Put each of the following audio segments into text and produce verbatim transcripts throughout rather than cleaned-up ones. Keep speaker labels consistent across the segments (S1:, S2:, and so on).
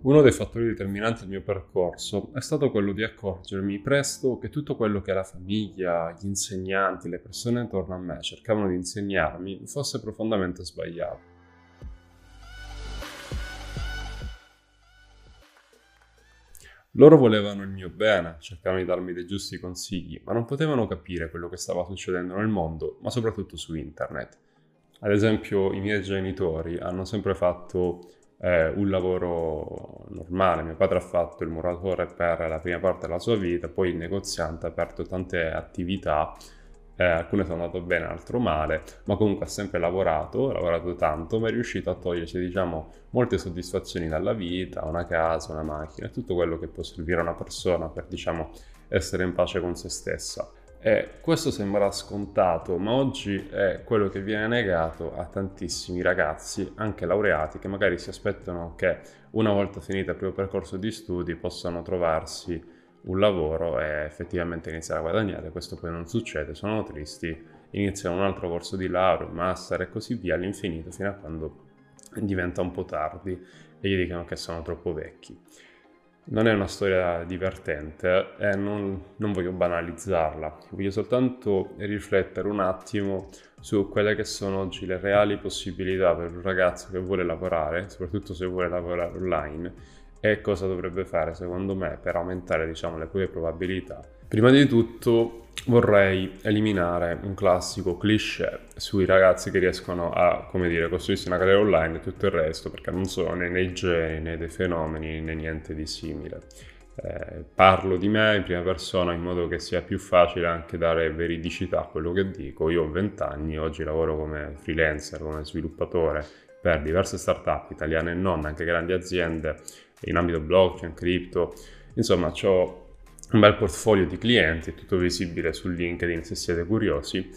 S1: Uno dei fattori determinanti del mio percorso è stato quello di accorgermi presto che tutto quello che la famiglia, gli insegnanti, le persone intorno a me cercavano di insegnarmi fosse profondamente sbagliato. Loro volevano il mio bene, cercavano di darmi dei giusti consigli, ma non potevano capire quello che stava succedendo nel mondo, ma soprattutto su internet. Ad esempio, i miei genitori hanno sempre fatto eh, un lavoro normale. Mio padre ha fatto il muratore per la prima parte della sua vita, poi il negoziante ha aperto tante attività, eh, alcune sono andate bene, altre male, ma comunque ha sempre lavorato, ha lavorato tanto, ma è riuscito a togliersi, diciamo, molte soddisfazioni dalla vita, una casa, una macchina, tutto quello che può servire a una persona per, diciamo, essere in pace con se stessa. E questo sembra scontato, ma oggi è quello che viene negato a tantissimi ragazzi, anche laureati, che magari si aspettano che una volta finito il primo percorso di studi possano trovarsi un lavoro e effettivamente iniziare a guadagnare. Questo poi non succede, sono tristi, iniziano un altro corso di laurea, master e così via all'infinito, fino a quando diventa un po' tardi e gli dicono che sono troppo vecchi. Non è una storia divertente e non, non voglio banalizzarla, voglio soltanto riflettere un attimo su quelle che sono oggi le reali possibilità per un ragazzo che vuole lavorare, soprattutto se vuole lavorare online, e cosa dovrebbe fare secondo me per aumentare, diciamo, le proprie probabilità. Prima di tutto vorrei eliminare un classico cliché sui ragazzi che riescono a, come dire, costruirsi una carriera online e tutto il resto, perché non sono né nei geni né dei fenomeni né niente di simile. Eh, parlo di me in prima persona in modo che sia più facile anche dare veridicità a quello che dico. Io ho venti anni, oggi lavoro come freelancer, come sviluppatore per diverse startup italiane e non, anche grandi aziende in ambito blockchain, cripto, insomma ho un bel portfolio di clienti, è tutto visibile su LinkedIn se siete curiosi.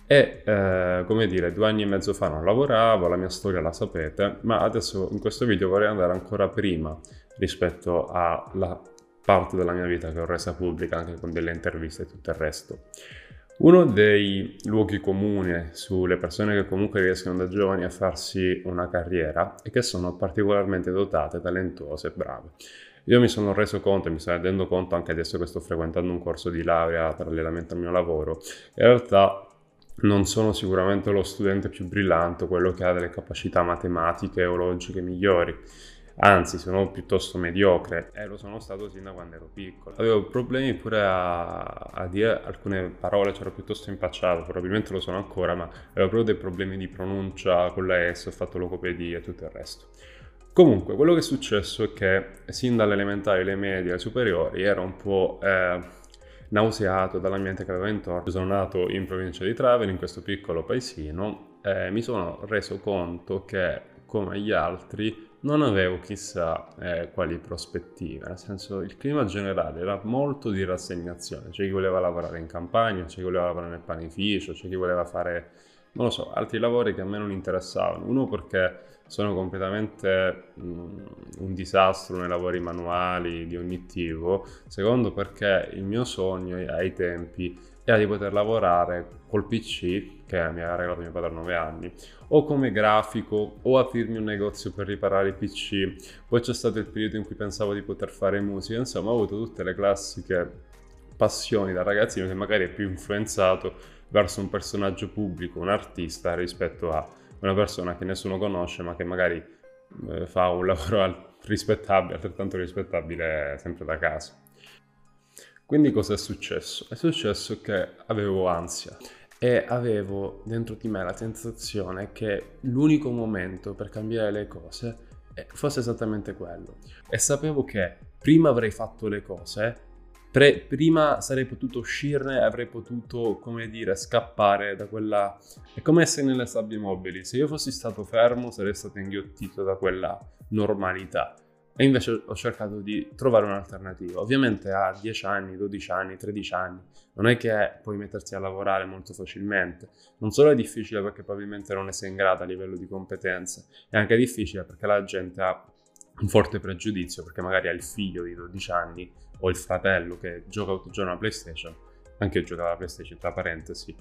S1: E eh, come dire, due anni e mezzo fa non lavoravo, la mia storia la sapete, ma adesso in questo video vorrei andare ancora prima rispetto alla parte della mia vita che ho resa pubblica anche con delle interviste e tutto il resto. Uno dei luoghi comuni sulle persone che comunque riescono da giovani a farsi una carriera è che sono particolarmente dotate, talentose e brave. Io mi sono reso conto e mi sto rendendo conto anche adesso che sto frequentando un corso di laurea parallelamente al mio lavoro, in realtà non sono sicuramente lo studente più brillante, quello che ha delle capacità matematiche o logiche migliori. Anzi, sono piuttosto mediocre e lo sono stato sin da quando ero piccolo. Avevo problemi pure a, a dire alcune parole, c'ero piuttosto impacciato, probabilmente lo sono ancora, ma avevo proprio dei problemi di pronuncia con la S, ho fatto logopedie e tutto il resto. Comunque, quello che è successo è che sin dalle elementari, le medie, le superiori ero un po' eh, nauseato dall'ambiente che avevo intorno. Sono nato in provincia di Trapani, in questo piccolo paesino, e mi sono reso conto che, come gli altri, non avevo chissà eh, quali prospettive, nel senso il clima generale era molto di rassegnazione, c'è chi voleva lavorare in campagna, c'è chi voleva lavorare nel panificio, c'è chi voleva fare, non lo so, altri lavori che a me non interessavano. Uno perché sono completamente mh, un disastro nei lavori manuali di ogni tipo, secondo perché il mio sogno ai tempi era di poter lavorare col P C che mi aveva regalato mio padre a nove anni, o come grafico, o aprirmi un negozio per riparare i P C. Poi c'è stato il periodo in cui pensavo di poter fare musica, insomma ho avuto tutte le classiche passioni da ragazzino che magari è più influenzato verso un personaggio pubblico, un artista, rispetto a una persona che nessuno conosce ma che magari eh, fa un lavoro rispettabile, altrettanto rispettabile sempre da casa. Quindi cosa è successo? È successo che avevo ansia e avevo dentro di me la sensazione che l'unico momento per cambiare le cose fosse esattamente quello. E sapevo che prima avrei fatto le cose, pre- prima sarei potuto uscirne e avrei potuto, come dire, scappare da quella... È come essere nelle sabbie mobili. Se io fossi stato fermo sarei stato inghiottito da quella normalità. E invece ho cercato di trovare un'alternativa. Ovviamente a dieci anni, dodici anni, tredici anni non è che puoi mettersi a lavorare molto facilmente. Non solo è difficile perché probabilmente non ne sei in grado a livello di competenze, è anche difficile perché la gente ha un forte pregiudizio, perché magari ha il figlio di dodici anni o il fratello che gioca tutto il giorno alla PlayStation, anche io giocavo alla PlayStation tra parentesi,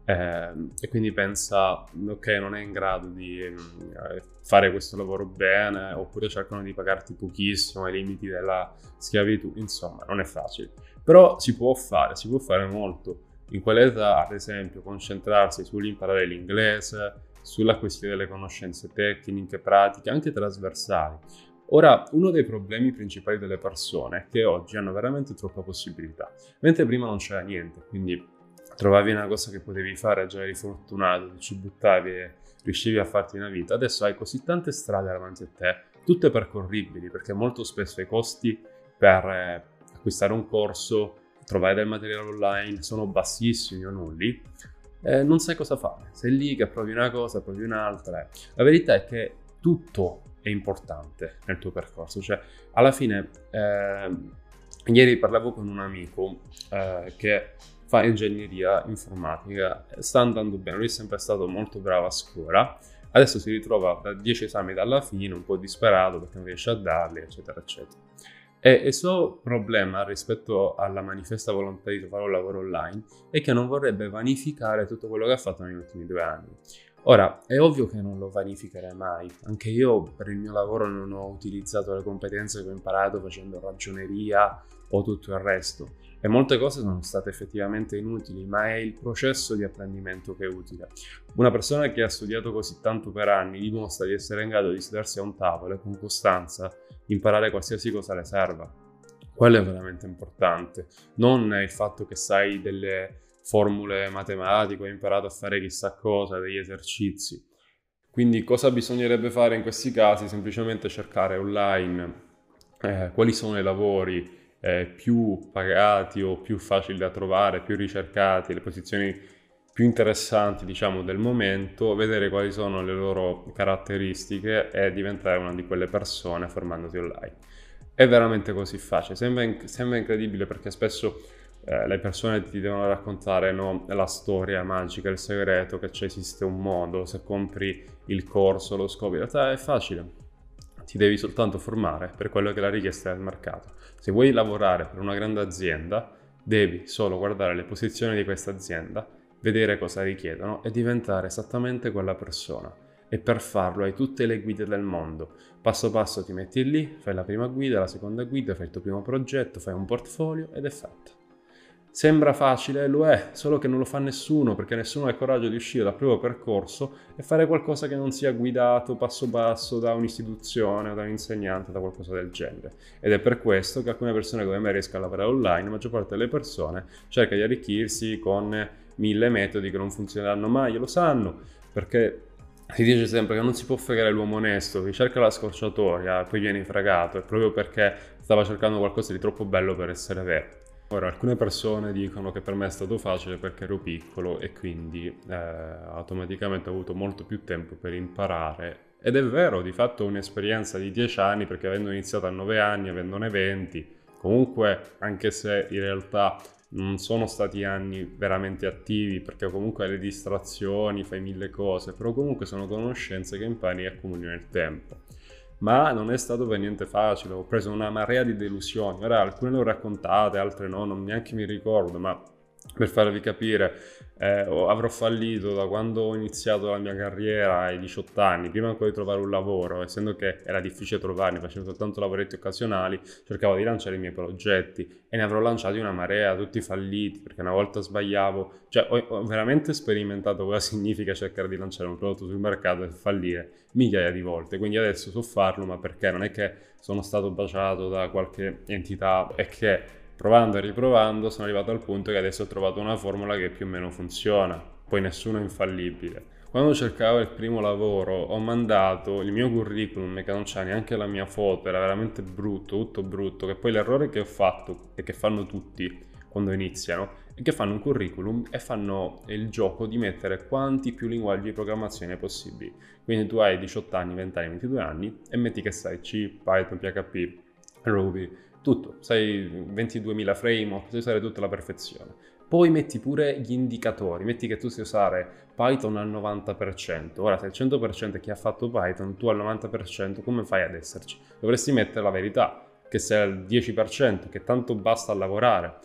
S1: eh, e quindi pensa, ok, non è in grado di eh, fare questo lavoro bene, oppure cercano di pagarti pochissimo ai limiti della schiavitù, insomma non è facile, però si può fare, si può fare molto. In quell'età, ad esempio, concentrarsi sull'imparare l'inglese, sull'acquisire delle conoscenze tecniche, pratiche, anche trasversali. Ora, uno dei problemi principali delle persone è che oggi hanno veramente troppa possibilità, mentre prima non c'era niente, quindi trovavi una cosa che potevi fare, già eri fortunato, ti ci buttavi e riuscivi a farti una vita. Adesso hai così tante strade davanti a te, tutte percorribili, perché molto spesso i costi per eh, acquistare un corso, trovare del materiale online sono bassissimi o nulli, eh, non sai cosa fare. Sei lì che provi una cosa, provi un'altra. La verità è che tutto è importante nel tuo percorso, cioè alla fine eh, ieri parlavo con un amico eh, che fa ingegneria informatica, sta andando bene, lui è sempre stato molto bravo a scuola, adesso si ritrova da dieci esami dalla fine, un po' disperato perché non riesce a darli, eccetera, eccetera. E il suo problema rispetto alla manifesta volontà di trovare un lavoro online è che non vorrebbe vanificare tutto quello che ha fatto negli ultimi due anni. Ora, è ovvio che non lo vanificherei mai, anche io per il mio lavoro non ho utilizzato le competenze che ho imparato facendo ragioneria o tutto il resto, e molte cose sono state effettivamente inutili, ma è il processo di apprendimento che è utile. Una persona che ha studiato così tanto per anni dimostra di essere in grado di sedersi a un tavolo e con costanza imparare qualsiasi cosa le serva. Quello è veramente importante, non il fatto che sai delle formule matematiche, hai imparato a fare chissà cosa, degli esercizi. Quindi cosa bisognerebbe fare in questi casi? Semplicemente cercare online eh, quali sono i lavori eh, più pagati o più facili da trovare, più ricercati, le posizioni più interessanti, diciamo, del momento, vedere quali sono le loro caratteristiche e diventare una di quelle persone formandoti online. È veramente così facile, sembra, inc- sembra incredibile perché spesso Eh, le persone ti devono raccontare, no, la storia magica, il segreto, che c'è, esiste un modo, se compri il corso lo scopri. In realtà è facile, ti devi soltanto formare per quello che è la richiesta del mercato. Se vuoi lavorare per una grande azienda, devi solo guardare le posizioni di questa azienda, vedere cosa richiedono e diventare esattamente quella persona. E per farlo hai tutte le guide del mondo. Passo passo ti metti lì, fai la prima guida, la seconda guida, fai il tuo primo progetto, fai un portfolio ed è fatto. Sembra facile, lo è, solo che non lo fa nessuno, perché nessuno ha il coraggio di uscire dal proprio percorso e fare qualcosa che non sia guidato passo passo da un'istituzione o da un insegnante, da qualcosa del genere. Ed è per questo che alcune persone come me riescono a lavorare online, la maggior parte delle persone cerca di arricchirsi con mille metodi che non funzioneranno mai, e lo sanno, perché si dice sempre che non si può fregare l'uomo onesto, chi cerca la scorciatoia poi viene fregato, è proprio perché stava cercando qualcosa di troppo bello per essere vero. Ora, alcune persone dicono che per me è stato facile perché ero piccolo e quindi eh, automaticamente ho avuto molto più tempo per imparare. Ed è vero, di fatto ho un'esperienza di dieci anni perché avendo iniziato a nove anni, avendone venti, comunque anche se in realtà non sono stati anni veramente attivi perché comunque hai le distrazioni, fai mille cose, però comunque sono conoscenze che impari e accumuli nel tempo. Ma non è stato per niente facile, ho preso una marea di delusioni, ora alcune le ho raccontate, altre no, non neanche mi ricordo, ma per farvi capire, eh, avrò fallito da quando ho iniziato la mia carriera ai diciotto anni, prima ancora di trovare un lavoro, essendo che era difficile trovarli, facevo soltanto lavoretti occasionali, cercavo di lanciare i miei progetti e ne avrò lanciati una marea, tutti falliti, perché una volta sbagliavo, cioè ho, ho veramente sperimentato cosa significa cercare di lanciare un prodotto sul mercato e fallire migliaia di volte, quindi adesso so farlo, ma perché non è che sono stato baciato da qualche entità, è che provando e riprovando sono arrivato al punto che adesso ho trovato una formula che più o meno funziona, poi nessuno è infallibile. Quando cercavo il primo lavoro ho mandato il mio curriculum che non c'è neanche la mia foto, era veramente brutto, tutto brutto, che poi l'errore che ho fatto e che fanno tutti quando iniziano è che fanno un curriculum e fanno il gioco di mettere quanti più linguaggi di programmazione possibili. Quindi tu hai diciotto anni, venti anni, ventidue anni e metti che sai C, Python, P H P, Ruby, tutto, sai ventiduemila framework, sai usare tutta la perfezione. Poi metti pure gli indicatori, metti che tu sai usare Python al novanta per cento. Ora, se il cento per cento è chi ha fatto Python, tu al novanta per cento come fai ad esserci? Dovresti mettere la verità, che sei al dieci per cento, che tanto basta a lavorare.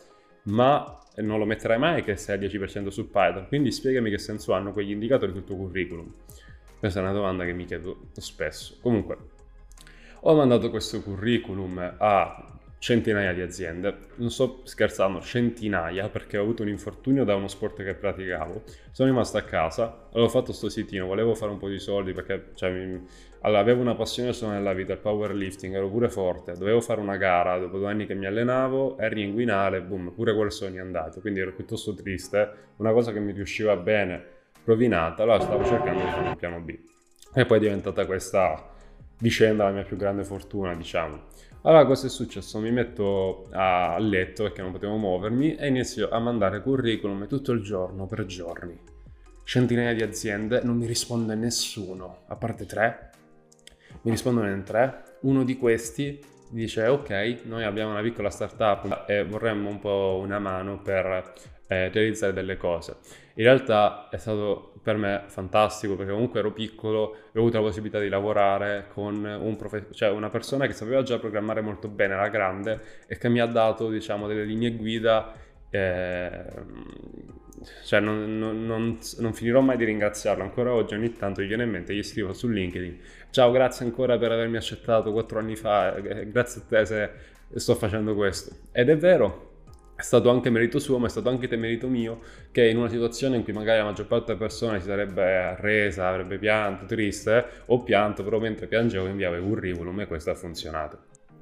S1: ma non lo metterai mai che sei al dieci per cento su Python, quindi spiegami che senso hanno quegli indicatori sul tuo curriculum. Questa è una domanda che mi chiedo spesso. Comunque, ho mandato questo curriculum a centinaia di aziende, non sto scherzando, centinaia, perché ho avuto un infortunio da uno sport che praticavo, sono rimasto a casa, avevo fatto sto sitino, volevo fare un po' di soldi perché cioè, mi... allora, avevo una passione solo nella vita, il powerlifting, ero pure forte, dovevo fare una gara, dopo due anni che mi allenavo, eri inguinale, boom, pure quel sogno è andato, quindi ero piuttosto triste, una cosa che mi riusciva bene, rovinata, allora stavo cercando di fare un piano B. E poi è diventata questa vicenda la mia più grande fortuna, diciamo. Allora cosa è successo? Mi metto a letto perché non potevo muovermi e inizio a mandare curriculum tutto il giorno, per giorni. Centinaia di aziende, non mi risponde nessuno, a parte tre. Mi rispondono in tre. Uno di questi dice ok, noi abbiamo una piccola startup e vorremmo un po' una mano per eh, realizzare delle cose. In realtà è stato per me fantastico perché comunque ero piccolo, ho avuto la possibilità di lavorare con un profe- cioè una persona che sapeva già programmare molto bene, era grande e che mi ha dato, diciamo, delle linee guida. Eh, cioè non, non, non, non finirò mai di ringraziarlo, ancora oggi ogni tanto gli viene in mente, gli scrivo su LinkedIn: ciao, grazie ancora per avermi accettato quattro anni fa, eh, grazie a te se sto facendo questo. Ed è vero, è stato anche merito suo, ma è stato anche merito mio, che in una situazione in cui magari la maggior parte delle persone si sarebbe arresa, avrebbe pianto, triste, o pianto, però mentre piangevo inviavo i curriculum e questo ha funzionato.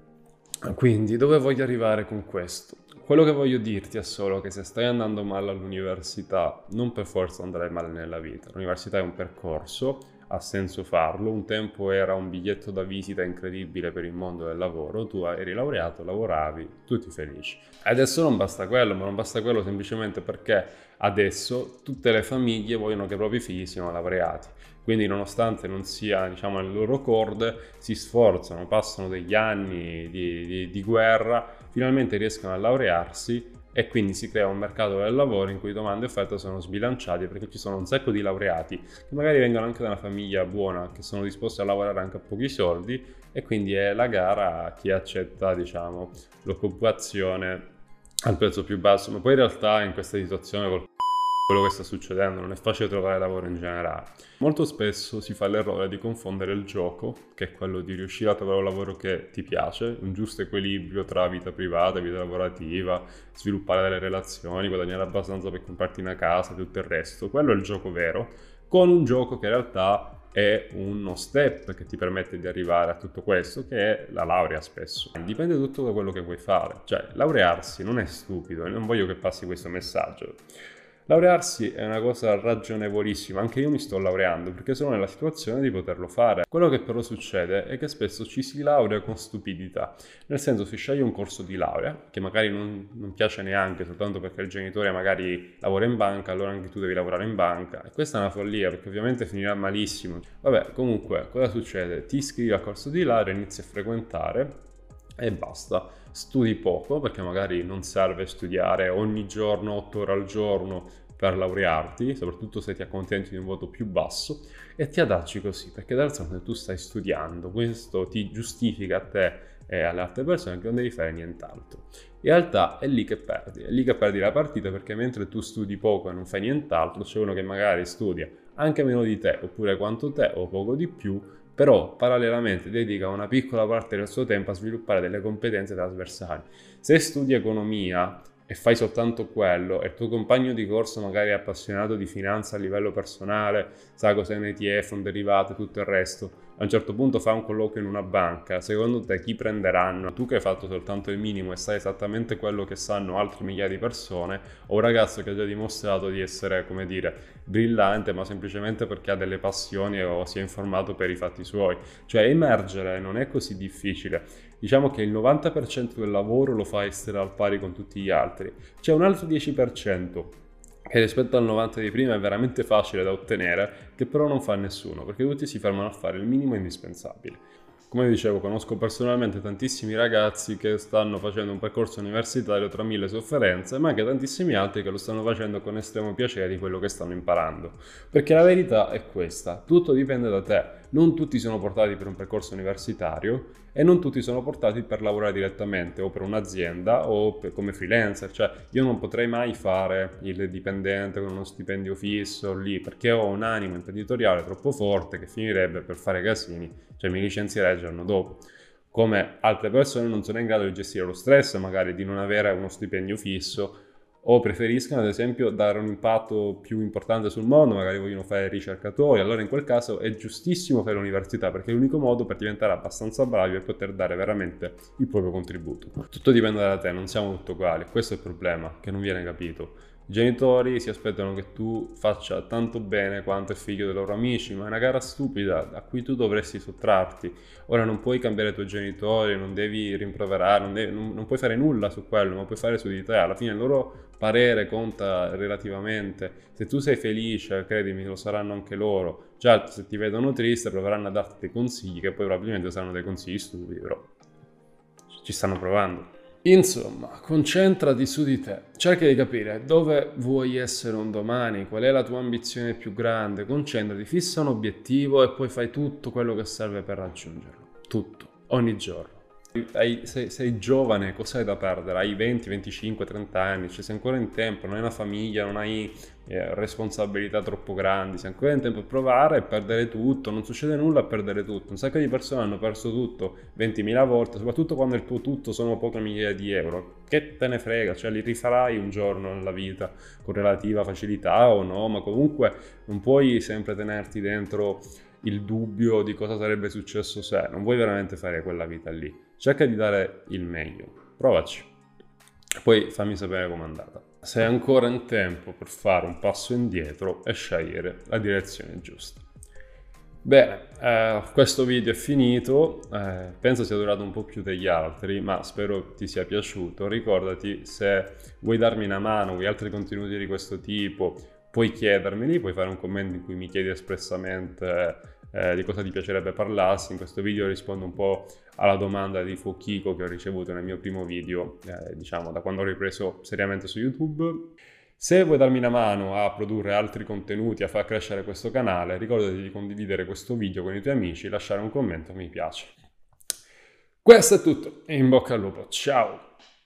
S1: Quindi dove voglio arrivare con questo? Quello che voglio dirti è solo che se stai andando male all'università, non per forza andrai male nella vita. L'università è un percorso, ha senso farlo. Un tempo era un biglietto da visita incredibile per il mondo del lavoro, tu eri laureato, lavoravi, tutti felici. Adesso non basta quello, ma non basta quello semplicemente perché adesso tutte le famiglie vogliono che i propri figli siano laureati. Quindi nonostante non sia, diciamo, nelle loro corde, si sforzano, passano degli anni di, di, di guerra, finalmente riescono a laurearsi e quindi si crea un mercato del lavoro in cui domanda e offerta sono sbilanciati perché ci sono un sacco di laureati che magari vengono anche da una famiglia buona, che sono disposti a lavorare anche a pochi soldi, e quindi è la gara a chi accetta, diciamo, l'occupazione al prezzo più basso. Ma poi in realtà in questa situazione col quello che sta succedendo, non è facile trovare lavoro in generale. Molto spesso si fa l'errore di confondere il gioco, che è quello di riuscire a trovare un lavoro che ti piace, un giusto equilibrio tra vita privata e vita lavorativa, sviluppare delle relazioni, guadagnare abbastanza per comprarti una casa e tutto il resto. Quello è il gioco vero, con un gioco che in realtà è uno step che ti permette di arrivare a tutto questo, che è la laurea spesso. Dipende tutto da quello che vuoi fare. Cioè, laurearsi non è stupido, e non voglio che passi questo messaggio. Laurearsi è una cosa ragionevolissima, anche io mi sto laureando perché sono nella situazione di poterlo fare. Quello che però succede è che spesso ci si laurea con stupidità, nel senso si sceglie un corso di laurea che magari non, non piace neanche soltanto perché il genitore magari lavora in banca, allora anche tu devi lavorare in banca, e questa è una follia perché ovviamente finirà malissimo. Vabbè, comunque cosa succede? Ti iscrivi al corso di laurea, inizi a frequentare e basta. Studi poco perché magari non serve studiare ogni giorno, otto ore al giorno per laurearti, soprattutto se ti accontenti di un voto più basso, e ti adaggi così perché d'altronde tu stai studiando, questo ti giustifica a te e alle altre persone che non devi fare nient'altro. In realtà è lì che perdi, è lì che perdi la partita, perché mentre tu studi poco e non fai nient'altro, c'è uno che magari studia anche meno di te oppure quanto te o poco di più, però parallelamente dedica una piccola parte del suo tempo a sviluppare delle competenze trasversali. Se studi economia e fai soltanto quello e il tuo compagno di corso magari è appassionato di finanza a livello personale, sa cos'è un E T F, un derivato e tutto il resto, a un certo punto fa un colloquio in una banca, secondo te chi prenderanno? Tu che hai fatto soltanto il minimo e sai esattamente quello che sanno altre migliaia di persone, o un ragazzo che ha già dimostrato di essere, come dire, brillante, ma semplicemente perché ha delle passioni o si è informato per i fatti suoi? Cioè emergere non è così difficile. Diciamo che il novanta per cento del lavoro lo fa essere al pari con tutti gli altri. C'è un altro dieci per cento che rispetto al novanta di prima è veramente facile da ottenere, che però non fa nessuno, perché tutti si fermano a fare il minimo indispensabile. Come dicevo, conosco personalmente tantissimi ragazzi che stanno facendo un percorso universitario tra mille sofferenze, ma anche tantissimi altri che lo stanno facendo con estremo piacere di quello che stanno imparando. Perché la verità è questa, tutto dipende da te. non tutti sono portati per un percorso universitario e non tutti sono portati per lavorare direttamente o per un'azienda o per, come freelancer. Cioè io non potrei mai fare il dipendente con uno stipendio fisso lì, perché ho un animo imprenditoriale troppo forte che finirebbe per fare casini, cioè mi licenzierei il giorno dopo. Come altre persone non sono in grado di gestire lo stress, magari di non avere uno stipendio fisso, o preferiscono ad esempio dare un impatto più importante sul mondo, magari vogliono fare ricercatori. Allora in quel caso è giustissimo fare l'università, perché è l'unico modo per diventare abbastanza bravi e poter dare veramente il proprio contributo. Tutto dipende da te, non siamo tutti uguali, questo è il problema che non viene capito. I genitori si aspettano che tu faccia tanto bene quanto il figlio dei loro amici, ma è una gara stupida a cui tu dovresti sottrarti. Ora non puoi cambiare i tuoi genitori, non devi rimproverare, non, devi, non, non puoi fare nulla su quello, ma puoi fare su di te. Alla fine il loro parere conta relativamente. Se tu sei felice, credimi, lo saranno anche loro. Già, se ti vedono triste, proveranno a darti dei consigli, che poi probabilmente saranno dei consigli stupidi, però ci stanno provando. Insomma, concentrati su di te, cerca di capire dove vuoi essere un domani, qual è la tua ambizione più grande, concentrati, fissa un obiettivo e poi fai tutto quello che serve per raggiungerlo, tutto, ogni giorno. Hai, sei, sei giovane, cosa hai da perdere? Hai venti, venticinque, trenta anni, cioè sei ancora in tempo, non hai una famiglia, non hai eh, responsabilità troppo grandi, sei ancora in tempo per provare e perdere tutto, non succede nulla a perdere tutto. Un sacco di persone hanno perso tutto ventimila volte, soprattutto quando il tuo tutto sono poche migliaia di euro. Che te ne frega, cioè li rifarai un giorno nella vita con relativa facilità o no, ma comunque non puoi sempre tenerti dentro il dubbio di cosa sarebbe successo se. Non vuoi veramente fare quella vita lì. Cerca di dare il meglio, provaci, poi fammi sapere com'è andata. Sei ancora in tempo per fare un passo indietro e scegliere la direzione giusta. Bene, eh, questo video è finito, eh, penso sia durato un po' più degli altri, ma spero ti sia piaciuto. Ricordati, se vuoi darmi una mano, vuoi altri contenuti di questo tipo, puoi chiedermeli, puoi fare un commento in cui mi chiedi espressamente eh, di cosa ti piacerebbe parlarsi. In questo video rispondo un po' alla domanda di Fokiko che ho ricevuto nel mio primo video, eh, diciamo da quando ho ripreso seriamente su YouTube. Se vuoi darmi una mano a produrre altri contenuti, a far crescere questo canale, ricordati di condividere questo video con i tuoi amici, lasciare un commento, mi piace. Questo è tutto, in bocca al lupo, ciao!